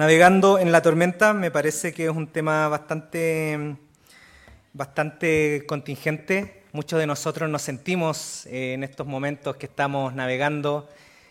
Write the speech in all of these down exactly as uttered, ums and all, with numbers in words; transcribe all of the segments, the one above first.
Navegando en la tormenta me parece que es un tema bastante, bastante contingente. Muchos de nosotros nos sentimos eh, en estos momentos que estamos navegando,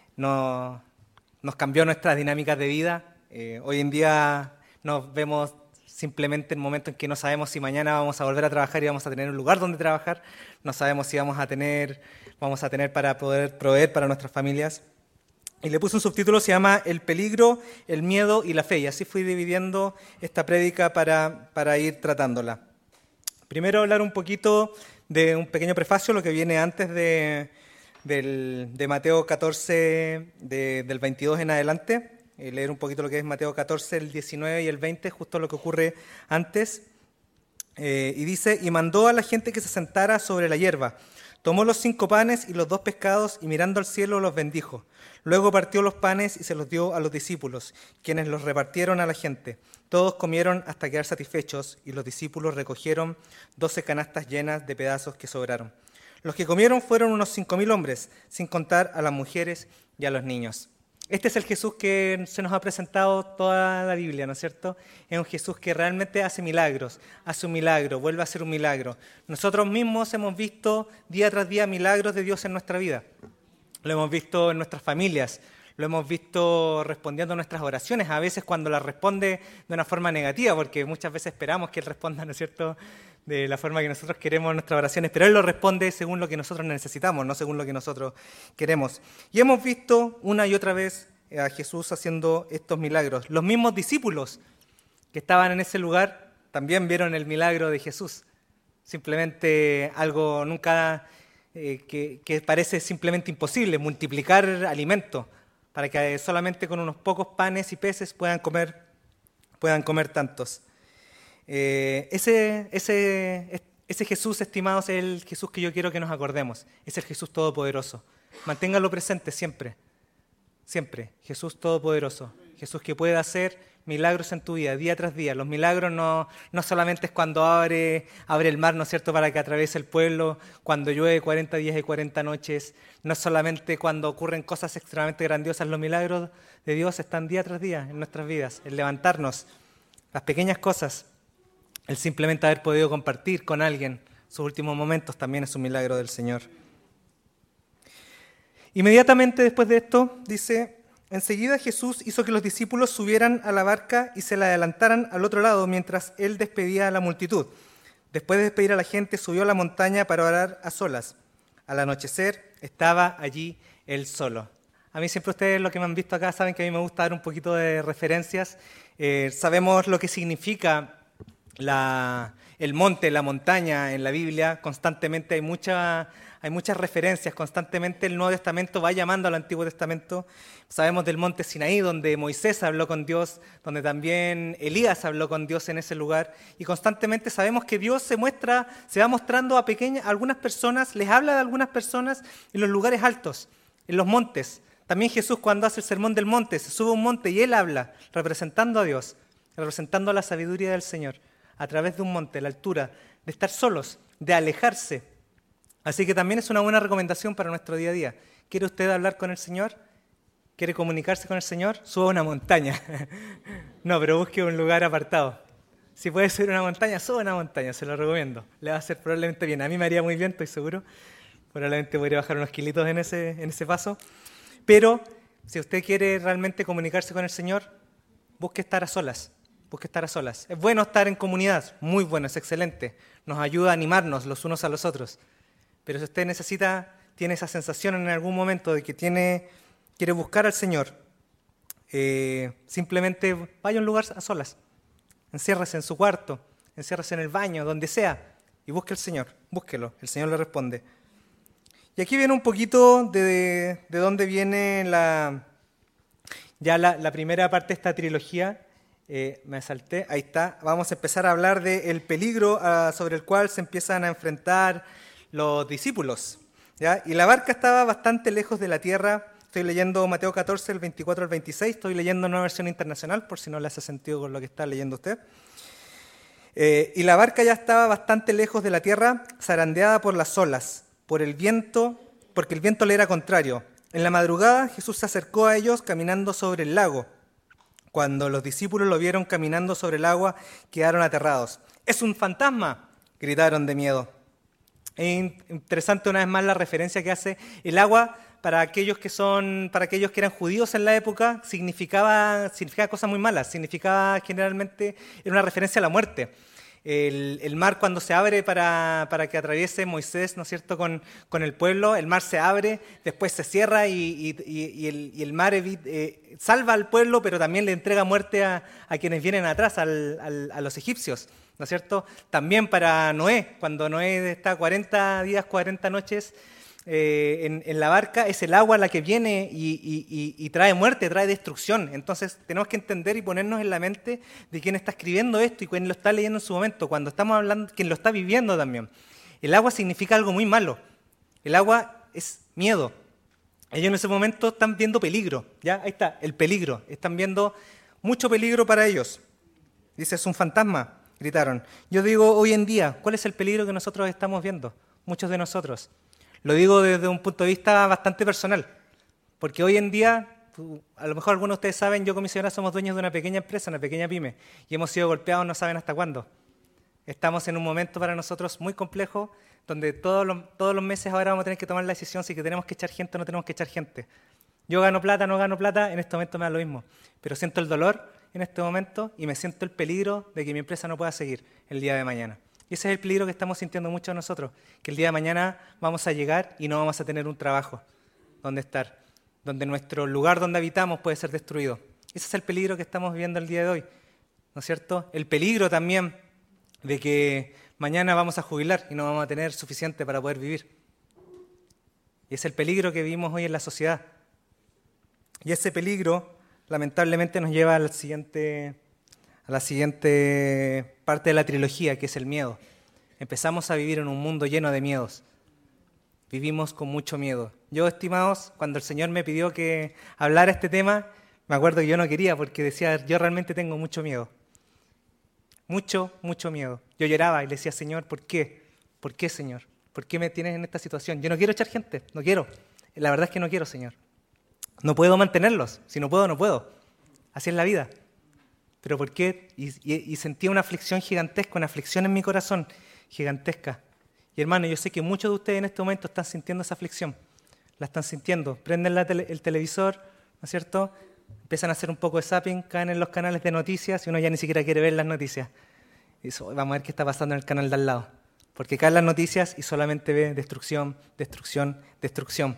no, nos cambió nuestras dinámicas de vida. Eh, hoy en día nos vemos simplemente en momentos en que no sabemos si mañana vamos a volver a trabajar y vamos a tener un lugar donde trabajar, no sabemos si vamos a tener, vamos a tener para poder proveer para nuestras familias. Y le puse un subtítulo, se llama El peligro, el miedo y la fe. Y así fui dividiendo esta prédica para, para ir tratándola. Primero hablar un poquito de un pequeño prefacio, lo que viene antes de, del, de Mateo catorce, de, del veintidós en adelante. Eh, leer un poquito lo que es Mateo catorce, el diecinueve y el veinte, justo lo que ocurre antes. Eh, y dice, y mandó a la gente que se sentara sobre la hierba. Tomó los cinco panes y los dos pescados y mirando al cielo los bendijo. Luego partió los panes y se los dio a los discípulos, quienes los repartieron a la gente. Todos comieron hasta quedar satisfechos y los discípulos recogieron doce canastas llenas de pedazos que sobraron. Los que comieron fueron unos cinco mil hombres, sin contar a las mujeres y a los niños. Este es el Jesús que se nos ha presentado toda la Biblia, ¿no es cierto? Es un Jesús que realmente hace milagros, hace un milagro, vuelve a hacer un milagro. Nosotros mismos hemos visto día tras día milagros de Dios en nuestra vida. Lo hemos visto en nuestras familias, lo hemos visto respondiendo a nuestras oraciones, a veces cuando las responde de una forma negativa, porque muchas veces esperamos que Él responda, ¿no es cierto?, de la forma que nosotros queremos nuestras oraciones, pero Él lo responde según lo que nosotros necesitamos, no según lo que nosotros queremos. Y hemos visto una y otra vez a Jesús haciendo estos milagros. Los mismos discípulos que estaban en ese lugar también vieron el milagro de Jesús. Simplemente algo nunca eh, que, que parece simplemente imposible, multiplicar alimento para que solamente con unos pocos panes y peces puedan comer, puedan comer tantos. Eh, ese, ese, ese Jesús, estimados, es el Jesús que yo quiero que nos acordemos. Es el Jesús Todopoderoso. Manténganlo presente siempre, siempre. Jesús Todopoderoso. Jesús que puede hacer milagros en tu vida, día tras día. Los milagros no, no solamente es cuando abre, abre el mar, ¿no es cierto?, para que atraviese el pueblo, cuando llueve cuarenta días y cuarenta noches. No es solamente cuando ocurren cosas extremadamente grandiosas. Los milagros de Dios están día tras día en nuestras vidas, en levantarnos. Las pequeñas cosas. El simplemente haber podido compartir con alguien sus últimos momentos también es un milagro del Señor. Inmediatamente después de esto, dice, enseguida Jesús hizo que los discípulos subieran a la barca y se la adelantaran al otro lado mientras Él despedía a la multitud. Después de despedir a la gente, subió a la montaña para orar a solas. Al anochecer estaba allí Él solo. A mí siempre ustedes, los que me han visto acá, saben que a mí me gusta dar un poquito de referencias. Eh, sabemos lo que significa La, el monte, la montaña en la Biblia. Constantemente hay, mucha, hay muchas referencias, constantemente el Nuevo Testamento va llamando al Antiguo Testamento. Sabemos del monte Sinaí, donde Moisés habló con Dios, donde también Elías habló con Dios en ese lugar, y constantemente sabemos que Dios se muestra, se va mostrando a pequeñas, a algunas personas, les habla de algunas personas en los lugares altos, en los montes. También Jesús, cuando hace el sermón del monte, se sube a un monte y Él habla, representando a Dios, representando a la sabiduría del Señor, a través de un monte, la altura, de estar solos, de alejarse. Así que también es una buena recomendación para nuestro día a día. ¿Quiere usted hablar con el Señor? ¿Quiere comunicarse con el Señor? Suba a una montaña. No, pero busque un lugar apartado. Si puede subir una montaña, suba a una montaña, se lo recomiendo. Le va a hacer probablemente bien. A mí me haría muy bien, estoy seguro. Probablemente podría bajar unos kilitos en ese, en ese paso. Pero si usted quiere realmente comunicarse con el Señor, busque estar a solas. Busque estar a solas. Es bueno estar en comunidad, muy bueno, es excelente. Nos ayuda a animarnos los unos a los otros. Pero si usted necesita, tiene esa sensación en algún momento de que tiene, quiere buscar al Señor, eh, simplemente vaya a un lugar a solas. Enciérrese en su cuarto, enciérrese en el baño, donde sea, y busque al Señor. Búsquelo, el Señor le responde. Y aquí viene un poquito de, de dónde viene la, ya la, la primera parte de esta trilogía. Eh, me salté, ahí está. Vamos a empezar a hablar del peligro uh, sobre el cual se empiezan a enfrentar los discípulos, ¿ya? Y la barca estaba bastante lejos de la tierra. Estoy leyendo Mateo catorce, el veinticuatro al veintiséis. Estoy leyendo una versión internacional, por si no le hace sentido con lo que está leyendo usted. Eh, y la barca ya estaba bastante lejos de la tierra, zarandeada por las olas, por el viento, porque el viento le era contrario. En la madrugada Jesús se acercó a ellos caminando sobre el lago. Cuando los discípulos lo vieron caminando sobre el agua, quedaron aterrados. ¡Es un fantasma!, gritaron de miedo. Es interesante una vez más la referencia que hace el agua. Para aquellos que son, para aquellos que eran judíos en la época, significaba, significaba cosas muy malas. Significaba generalmente, era una referencia a la muerte. El, el mar cuando se abre para, para que atraviese Moisés, ¿no es cierto?, con, con el pueblo, el mar se abre, después se cierra y, y, y, el, y el mar eh, salva al pueblo, pero también le entrega muerte a, a quienes vienen atrás, al, al, a los egipcios, ¿no es cierto? También para Noé, cuando Noé está cuarenta días, cuarenta noches, Eh, en, en la barca, es el agua la que viene y, y, y, y trae muerte, trae destrucción. Entonces tenemos que entender y ponernos en la mente de quién está escribiendo esto y quién lo está leyendo en su momento, cuando estamos hablando, quién lo está viviendo también. El agua significa algo muy malo. El agua es miedo. Ellos en ese momento están viendo peligro, ¿ya? Ahí está, el peligro. Están viendo mucho peligro para ellos. Dice, es un fantasma, gritaron. Yo digo, hoy en día, ¿cuál es el peligro que nosotros estamos viendo? Muchos de nosotros. Lo digo desde un punto de vista bastante personal, porque hoy en día, a lo mejor algunos de ustedes saben, yo con mi señora somos dueños de una pequeña empresa, una pequeña pyme, y hemos sido golpeados no saben hasta cuándo. Estamos en un momento para nosotros muy complejo, donde todos los, todos los meses ahora vamos a tener que tomar la decisión si que tenemos que echar gente o no tenemos que echar gente. Yo gano plata, no gano plata, en este momento me da lo mismo, pero siento el dolor en este momento y me siento el peligro de que mi empresa no pueda seguir el día de mañana. Y ese es el peligro que estamos sintiendo muchos nosotros, que el día de mañana vamos a llegar y no vamos a tener un trabajo donde estar, donde nuestro lugar donde habitamos puede ser destruido. Ese es el peligro que estamos viviendo el día de hoy, ¿no es cierto? El peligro también de que mañana vamos a jubilar y no vamos a tener suficiente para poder vivir. Y es el peligro que vivimos hoy en la sociedad. Y ese peligro, lamentablemente, nos lleva al siguiente... a la siguiente parte de la trilogía, que es el miedo. Empezamos a vivir en un mundo lleno de miedos. Vivimos con mucho miedo. Yo, estimados, cuando el Señor me pidió que hablara este tema, me acuerdo que yo no quería porque decía, yo realmente tengo mucho miedo. Mucho, mucho miedo. Yo lloraba y le decía, Señor, ¿por qué? ¿Por qué, Señor? ¿Por qué me tienes en esta situación? Yo no quiero echar gente, no quiero. La verdad es que no quiero, Señor. No puedo mantenerlos. Si no puedo, no puedo. Así es la vida. ¿Pero por qué? Y, y, y sentía una aflicción gigantesca, una aflicción en mi corazón gigantesca. Y hermano, yo sé que muchos de ustedes en este momento están sintiendo esa aflicción. La están sintiendo. Prenden la tele, el televisor, ¿no es cierto? Empiezan a hacer un poco de zapping, caen en los canales de noticias y uno ya ni siquiera quiere ver las noticias. Y dice, vamos a ver qué está pasando en el canal de al lado. Porque caen las noticias y solamente ve destrucción, destrucción, destrucción.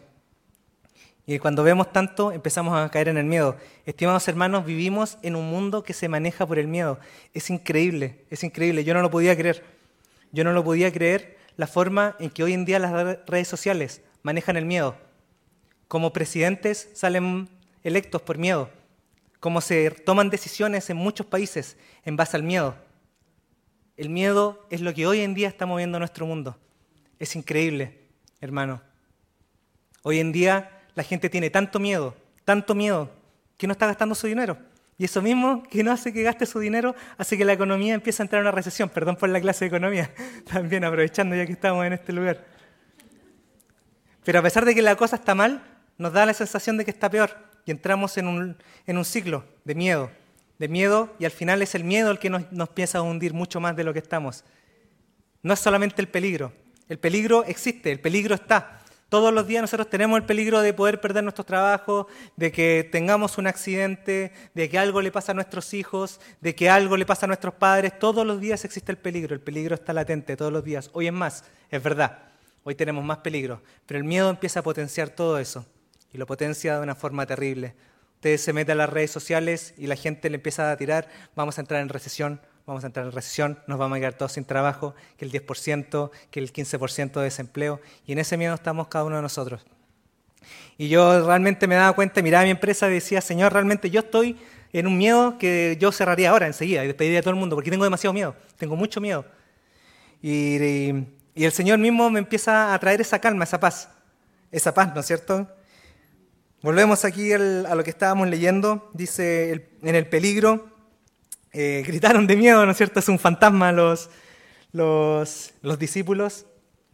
Y cuando vemos tanto, empezamos a caer en el miedo. Estimados hermanos, vivimos en un mundo que se maneja por el miedo. Es increíble, es increíble. Yo no lo podía creer. Yo no lo podía creer la forma en que hoy en día las redes sociales manejan el miedo. Como presidentes salen electos por miedo. Como se toman decisiones en muchos países en base al miedo. El miedo es lo que hoy en día está moviendo nuestro mundo. Es increíble, hermano. Hoy en día la gente tiene tanto miedo, tanto miedo, que no está gastando su dinero. Y eso mismo que no hace que gaste su dinero, hace que la economía empiece a entrar en una recesión. Perdón por la clase de economía, también aprovechando ya que estamos en este lugar. Pero a pesar de que la cosa está mal, nos da la sensación de que está peor. Y entramos en un, en un ciclo de miedo, de miedo, y al final es el miedo el que nos, nos empieza a hundir mucho más de lo que estamos. No es solamente el peligro. El peligro existe, el peligro está. Todos los días nosotros tenemos el peligro de poder perder nuestros trabajos, de que tengamos un accidente, de que algo le pasa a nuestros hijos, de que algo le pasa a nuestros padres. Todos los días existe el peligro, el peligro está latente todos los días. Hoy es más, es verdad, hoy tenemos más peligro, pero el miedo empieza a potenciar todo eso y lo potencia de una forma terrible. Ustedes se meten a las redes sociales y la gente le empieza a tirar, vamos a entrar en recesión, vamos a entrar en recesión, nos vamos a quedar todos sin trabajo, que el diez por ciento, que el quince por ciento de desempleo, y en ese miedo estamos cada uno de nosotros. Y yo realmente me daba cuenta, miraba a mi empresa y decía, Señor, realmente yo estoy en un miedo que yo cerraría ahora, enseguida, y despediría a todo el mundo, porque tengo demasiado miedo, tengo mucho miedo. Y, y, y el Señor mismo me empieza a traer esa calma, esa paz, esa paz, ¿no es cierto? Volvemos aquí al, a lo que estábamos leyendo, dice, el, en el peligro, Eh, gritaron de miedo, ¿no es cierto? Es un fantasma los, los, los discípulos.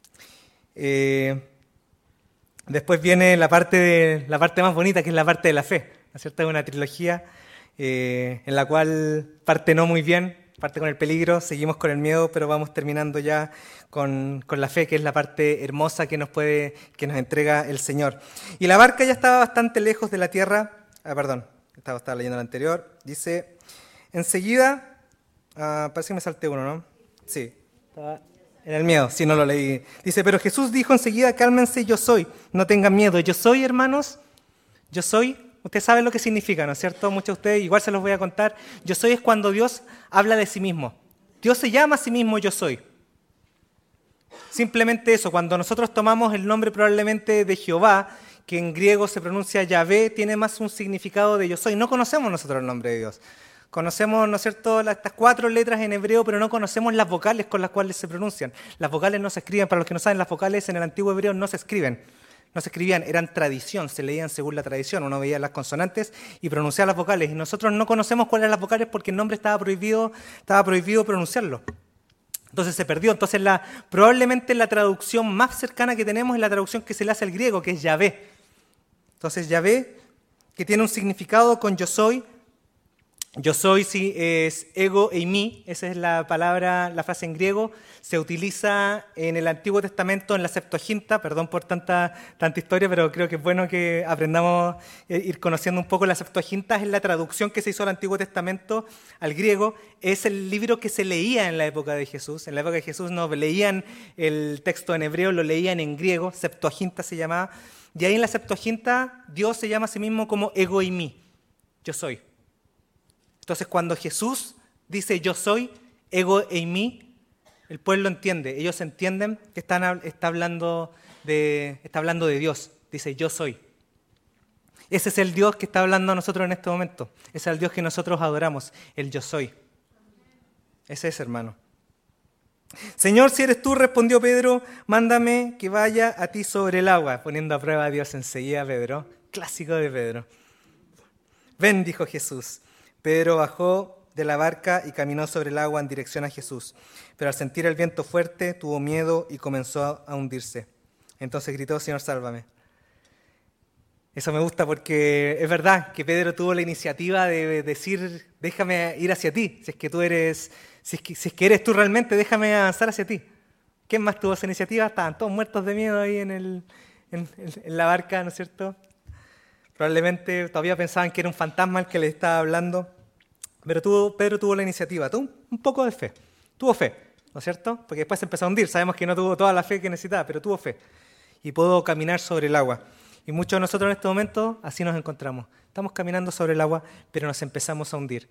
Eh, después viene la parte, de, la parte más bonita, que es la parte de la fe, ¿no es cierto? Es una trilogía eh, en la cual parte no muy bien, parte con el peligro, seguimos con el miedo, pero vamos terminando ya con, con la fe, que es la parte hermosa que nos puede, que nos entrega el Señor. Y la barca ya estaba bastante lejos de la tierra. Ah, perdón, estaba, estaba leyendo la anterior. Dice, enseguida, ah, parece que me salté uno, ¿no? Sí, estaba en el miedo, sí, no lo leí. Dice, pero Jesús dijo enseguida, cálmense, yo soy, no tengan miedo. Yo soy, hermanos, yo soy. Ustedes saben lo que significa, ¿no es cierto? Muchos de ustedes, igual se los voy a contar. Yo soy es cuando Dios habla de sí mismo. Dios se llama a sí mismo yo soy. Simplemente eso, cuando nosotros tomamos el nombre probablemente de Jehová, que en griego se pronuncia Yahvé, tiene más un significado de yo soy. No conocemos nosotros el nombre de Dios. Conocemos, ¿no es cierto?, estas cuatro letras en hebreo, pero no conocemos las vocales con las cuales se pronuncian. Las vocales no se escriben, para los que no saben, las vocales en el antiguo hebreo no se escriben. No se escribían, eran tradición, se leían según la tradición. Uno veía las consonantes y pronunciaba las vocales. Y nosotros no conocemos cuáles eran las vocales porque el nombre estaba prohibido, estaba prohibido pronunciarlo. Entonces se perdió. Entonces la, probablemente la traducción más cercana que tenemos es la traducción que se le hace al griego, que es Yahvé. Entonces Yahvé, que tiene un significado con yo soy. Yo soy sí, es ego eimi, esa es la palabra, la frase en griego, se utiliza en el Antiguo Testamento, en la Septuaginta, perdón por tanta, tanta historia, pero creo que es bueno que aprendamos a ir conociendo un poco la Septuaginta, es la traducción que se hizo al Antiguo Testamento al griego, es el libro que se leía en la época de Jesús, en la época de Jesús no leían el texto en hebreo, lo leían en griego, Septuaginta se llamaba, y ahí en la Septuaginta Dios se llama a sí mismo como ego eimi, yo soy. Entonces, cuando Jesús dice yo soy, ego eimi, el pueblo entiende. Ellos entienden que están, está, hablando de, está hablando de Dios. Dice yo soy. Ese es el Dios que está hablando a nosotros en este momento. Ese es el Dios que nosotros adoramos, el yo soy. Ese es, hermano. Señor, si eres tú, respondió Pedro, mándame que vaya a ti sobre el agua. Poniendo a prueba a Dios enseguida, Pedro. Clásico de Pedro. Ven, dijo Jesús. Pedro bajó de la barca y caminó sobre el agua en dirección a Jesús. Pero al sentir el viento fuerte, tuvo miedo y comenzó a hundirse. Entonces gritó, Señor, sálvame. Eso me gusta porque es verdad que Pedro tuvo la iniciativa de decir, déjame ir hacia ti. Si es que tú eres, si es que, si es que eres tú realmente, déjame avanzar hacia ti. ¿Quién más tuvo esa iniciativa? Estaban todos muertos de miedo ahí en, el, en, en la barca, ¿no es cierto? Probablemente todavía pensaban que era un fantasma el que les estaba hablando, pero tuvo, Pedro tuvo la iniciativa, tuvo un poco de fe, tuvo fe, ¿no es cierto? Porque después se empezó a hundir, sabemos que no tuvo toda la fe que necesitaba, pero tuvo fe y pudo caminar sobre el agua. Y muchos de nosotros en este momento así nos encontramos, estamos caminando sobre el agua, pero nos empezamos a hundir.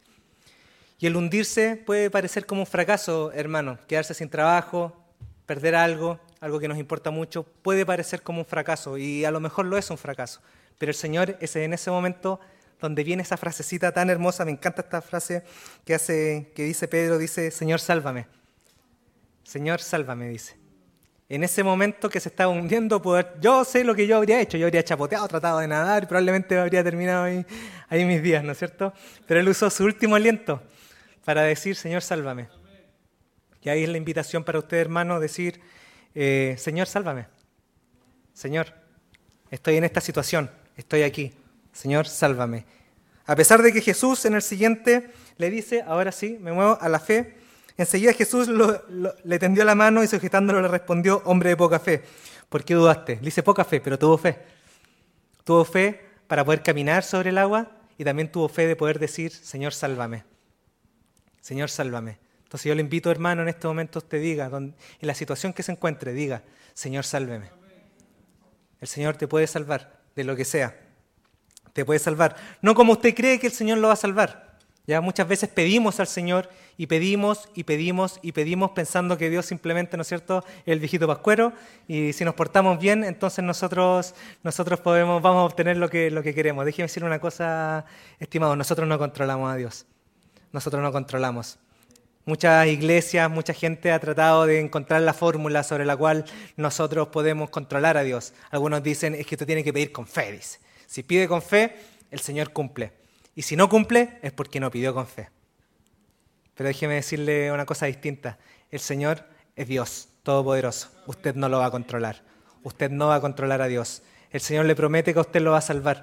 Y el hundirse puede parecer como un fracaso, hermano, quedarse sin trabajo, perder algo, algo que nos importa mucho, puede parecer como un fracaso y a lo mejor lo es un fracaso. Pero el Señor es en ese momento donde viene esa frasecita tan hermosa, me encanta esta frase que, hace, que dice Pedro, dice, Señor, sálvame. Señor, sálvame, dice. En ese momento que se estaba hundiendo, poder, yo sé lo que yo habría hecho, yo habría chapoteado, tratado de nadar, y probablemente habría terminado ahí, ahí mis días, ¿no es cierto? Pero él usó su último aliento para decir, Señor, sálvame. Y ahí es la invitación para usted, hermano, decir, eh, Señor, sálvame. Señor, estoy en esta situación. Estoy aquí. Señor, sálvame. A pesar de que Jesús en el siguiente le dice, ahora sí, me muevo a la fe, enseguida Jesús lo, lo, le tendió la mano y sujetándolo le respondió, hombre de poca fe. ¿Por qué dudaste? Le dice poca fe, pero tuvo fe. Tuvo fe para poder caminar sobre el agua y también tuvo fe de poder decir, Señor, sálvame. Señor, sálvame. Entonces yo le invito, hermano, en este momento usted diga, donde, en la situación que se encuentre, diga, Señor, sálveme. El Señor te puede salvar. De lo que sea, te puede salvar. No como usted cree que el Señor lo va a salvar. Ya muchas veces pedimos al Señor y pedimos y pedimos y pedimos pensando que Dios simplemente, ¿no es cierto?, es el viejito pascuero y si nos portamos bien, entonces nosotros, nosotros podemos, vamos a obtener lo que, lo que queremos. Déjeme decir una cosa, estimados, nosotros no controlamos a Dios. Nosotros no controlamos. Muchas iglesias, mucha gente ha tratado de encontrar la fórmula sobre la cual nosotros podemos controlar a Dios. Algunos dicen, es que tú tienes que pedir con fe, dice. Si pide con fe, el Señor cumple. Y si no cumple, es porque no pidió con fe. Pero déjeme decirle una cosa distinta. El Señor es Dios, todopoderoso. Usted no lo va a controlar. Usted no va a controlar a Dios. El Señor le promete que a usted lo va a salvar.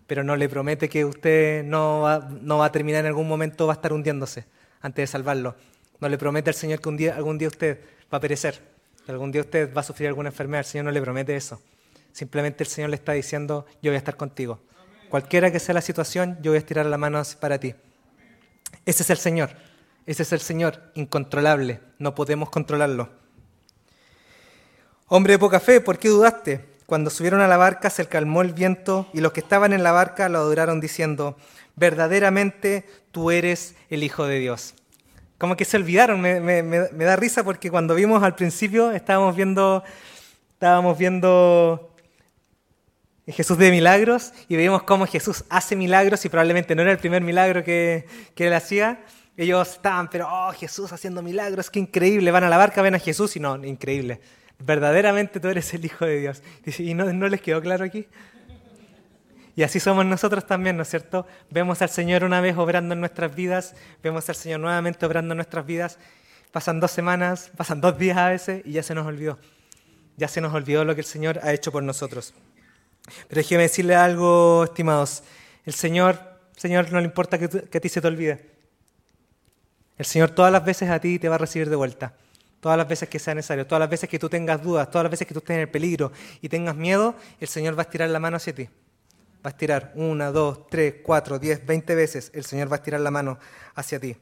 pero no le promete que usted no va, no va a terminar en algún momento, va a estar hundiéndose antes de salvarlo. No le promete al Señor que un día, algún día usted va a perecer, que algún día usted va a sufrir alguna enfermedad. El Señor no le promete eso. Simplemente el Señor le está diciendo, yo voy a estar contigo. Cualquiera que sea la situación, yo voy a estirar la mano para ti. Ese es el Señor. Ese es el Señor, incontrolable. No podemos controlarlo. Hombre de poca fe, ¿por qué dudaste? Cuando subieron a la barca se calmó el viento y los que estaban en la barca lo adoraron diciendo, verdaderamente tú eres el Hijo de Dios. Como que se olvidaron, me, me, me, me da risa porque cuando vimos al principio estábamos viendo, estábamos viendo Jesús de milagros y veíamos cómo Jesús hace milagros y probablemente no era el primer milagro que, que él hacía. Ellos estaban, pero oh, Jesús haciendo milagros, qué increíble, van a la barca, ven a Jesús y no, increíble. Verdaderamente tú eres el Hijo de Dios. ¿Y no, no les quedó claro aquí? Y así somos nosotros también, ¿no es cierto? Vemos al Señor una vez obrando en nuestras vidas, vemos al Señor nuevamente obrando en nuestras vidas, pasan dos semanas, pasan dos días a veces y ya se nos olvidó. Ya se nos olvidó lo que el Señor ha hecho por nosotros. Pero déjeme decirle algo, estimados. El Señor, Señor, no le importa que, tú, que a ti se te olvide. El Señor todas las veces a ti te va a recibir de vuelta. Todas las veces que sea necesario, todas las veces que tú tengas dudas, todas las veces que tú estés en el peligro y tengas miedo, el Señor va a estirar la mano hacia ti. Va a estirar una, dos, tres, cuatro, diez, veinte veces. El Señor va a estirar la mano hacia ti.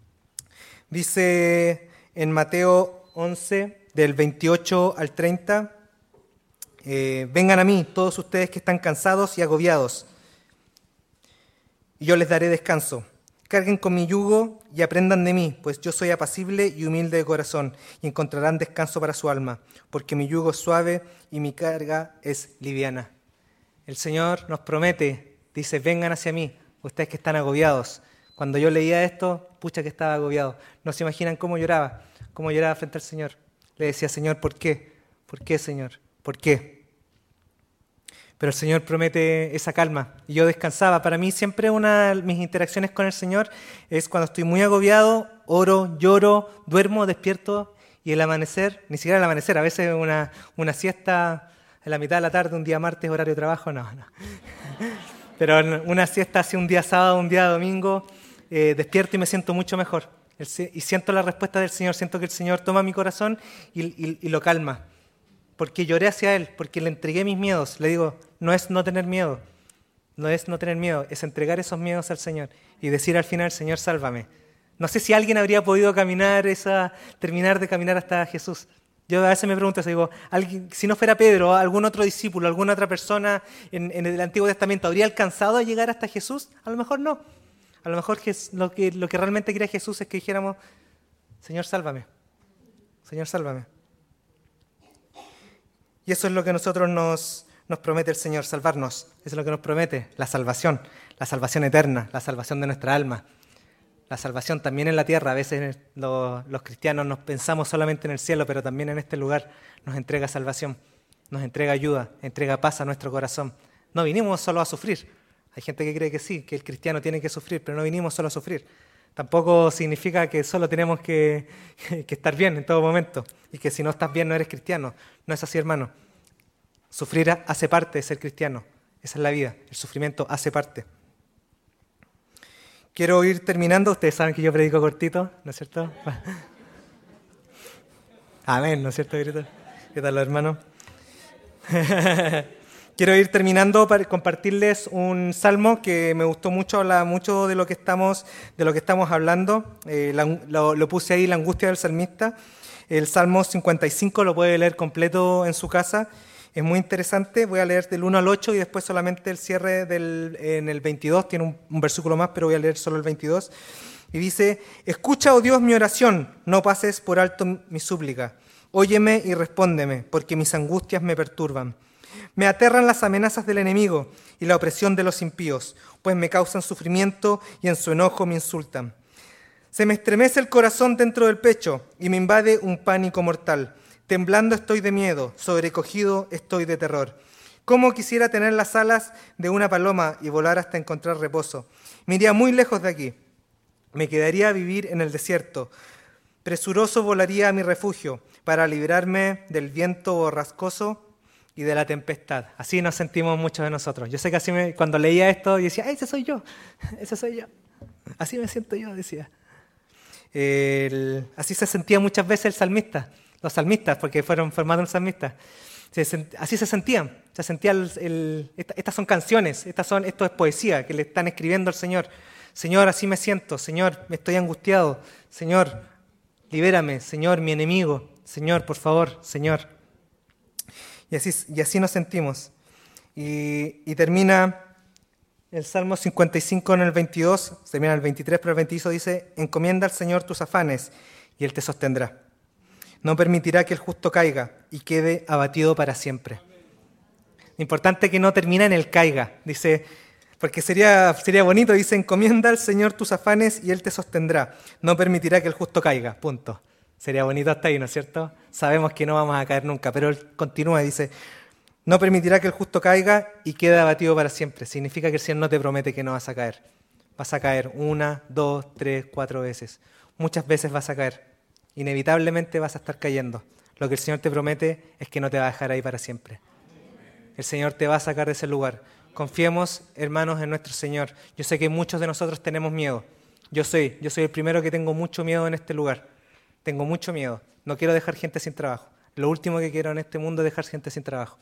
Dice en Mateo once, del veintiocho al treinta, eh, vengan a mí todos ustedes que están cansados y agobiados, y yo les daré descanso. Carguen con mi yugo y aprendan de mí, pues yo soy apacible y humilde de corazón, y encontrarán descanso para su alma, porque mi yugo es suave y mi carga es liviana. El Señor nos promete, dice, vengan hacia mí, ustedes que están agobiados. Cuando yo leía esto, pucha que estaba agobiado. No se imaginan cómo lloraba, cómo lloraba frente al Señor. Le decía, Señor, ¿por qué? ¿Por qué, Señor? ¿Por qué? Pero el Señor promete esa calma. Y yo descansaba. Para mí siempre una de mis interacciones con el Señor es cuando estoy muy agobiado, oro, lloro, duermo, despierto y el amanecer, ni siquiera el amanecer, a veces una, una siesta en la mitad de la tarde, un día martes, horario de trabajo, no, no. Pero una siesta así un día sábado, un día domingo, eh, despierto y me siento mucho mejor. Y siento la respuesta del Señor, siento que el Señor toma mi corazón y, y, y lo calma. Porque lloré hacia Él, porque le entregué mis miedos. Le digo, no es no tener miedo, no es no tener miedo, es entregar esos miedos al Señor y decir al final, Señor, sálvame. No sé si alguien habría podido caminar esa, terminar de caminar hasta Jesús. Yo a veces me pregunto, digo, ¿alguien, si no fuera Pedro, algún otro discípulo, alguna otra persona en, en el Antiguo Testamento, ¿habría alcanzado a llegar hasta Jesús? A lo mejor no. A lo mejor lo que, lo que realmente quería Jesús es que dijéramos, Señor, sálvame. Señor, sálvame. Y eso es lo que nosotros nos, nos promete el Señor, salvarnos. Eso es lo que nos promete, la salvación, la salvación eterna, la salvación de nuestra alma. La salvación también en la tierra. A veces los, los cristianos nos pensamos solamente en el cielo, pero también en este lugar nos entrega salvación, nos entrega ayuda, entrega paz a nuestro corazón. No vinimos solo a sufrir. Hay gente que cree que sí, que el cristiano tiene que sufrir, pero no vinimos solo a sufrir. Tampoco significa que solo tenemos que, que estar bien en todo momento y que si no estás bien no eres cristiano. No es así, hermano. Sufrir hace parte de ser cristiano. Esa es la vida. El sufrimiento hace parte. Quiero ir terminando. Ustedes saben que yo predico cortito, ¿no es cierto? Amén, ¿no es cierto, Grito? ¿Qué tal, hermano? Quiero ir terminando para compartirles un salmo que me gustó mucho, habla mucho de lo que estamos, de lo que estamos hablando. Eh, la, lo, lo puse ahí, la angustia del salmista. El Salmo cincuenta y cinco lo puede leer completo en su casa. Es muy interesante. Voy a leer del uno al ocho y después solamente el cierre del, en el veintidós. Tiene un, un versículo más, pero voy a leer solo el veintidós. Y dice, escucha, oh Dios, mi oración, no pases por alto mi súplica. Óyeme y respóndeme, porque mis angustias me perturban. Me aterran las amenazas del enemigo y la opresión de los impíos, pues me causan sufrimiento y en su enojo me insultan. Se me estremece el corazón dentro del pecho y me invade un pánico mortal. Temblando estoy de miedo, sobrecogido estoy de terror. Cómo quisiera tener las alas de una paloma y volar hasta encontrar reposo. Me iría muy lejos de aquí. Me quedaría a vivir en el desierto. Presuroso volaría a mi refugio para librarme del viento borrascoso y de la tempestad. Así nos sentimos muchos de nosotros. Yo sé que así me, cuando leía esto, yo decía, ese soy yo, ese soy yo. Así me siento yo, decía. El, así se sentía muchas veces el salmista, los salmistas, porque fueron formados en salmistas. Se, así se sentían. Se sentía el, el, esta, estas son canciones, estas son, esto es poesía que le están escribiendo al Señor. Señor, así me siento. Señor, me estoy angustiado. Señor, libérame. Señor, mi enemigo. Señor, por favor, Señor. Y así, y así nos sentimos. Y, y termina el Salmo cincuenta y cinco en el veintidós, termina el veintitrés, pero el veintidós dice, encomienda al Señor tus afanes y Él te sostendrá. No permitirá que el justo caiga y quede abatido para siempre. Importante que no termina en el caiga, dice, porque sería, sería bonito, dice, encomienda al Señor tus afanes y Él te sostendrá. No permitirá que el justo caiga, punto. Sería bonito hasta ahí, ¿no es cierto? Sabemos que no vamos a caer nunca, pero Él continúa y dice, no permitirá que el justo caiga y quede abatido para siempre. Significa que el Señor no te promete que no vas a caer. Vas a caer una, dos, tres, cuatro veces. Muchas veces vas a caer. Inevitablemente vas a estar cayendo. Lo que el Señor te promete es que no te va a dejar ahí para siempre. El Señor te va a sacar de ese lugar. Confiemos, hermanos, en nuestro Señor. Yo sé que muchos de nosotros tenemos miedo. Yo soy, yo soy el primero que tengo mucho miedo en este lugar. Tengo mucho miedo. No quiero dejar gente sin trabajo. Lo último que quiero en este mundo es dejar gente sin trabajo.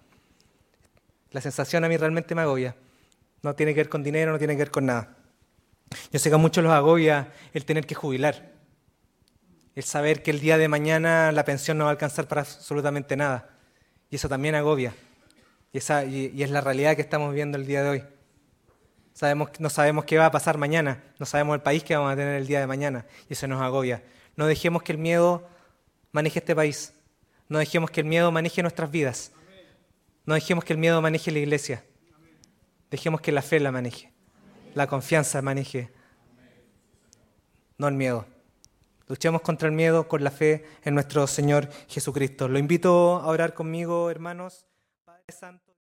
La sensación a mí realmente me agobia. No tiene que ver con dinero, no tiene que ver con nada. Yo sé que a muchos los agobia el tener que jubilar. El saber que el día de mañana la pensión no va a alcanzar para absolutamente nada. Y eso también agobia. Y, esa, y, y es la realidad que estamos viviendo el día de hoy. Sabemos, no sabemos qué va a pasar mañana. No sabemos el país que vamos a tener el día de mañana. Y eso nos agobia. No dejemos que el miedo maneje este país. No dejemos que el miedo maneje nuestras vidas. No dejemos que el miedo maneje la iglesia. Dejemos que la fe la maneje. La confianza maneje. No el miedo. Luchemos contra el miedo con la fe en nuestro Señor Jesucristo. Lo invito a orar conmigo, hermanos. Padre Santo.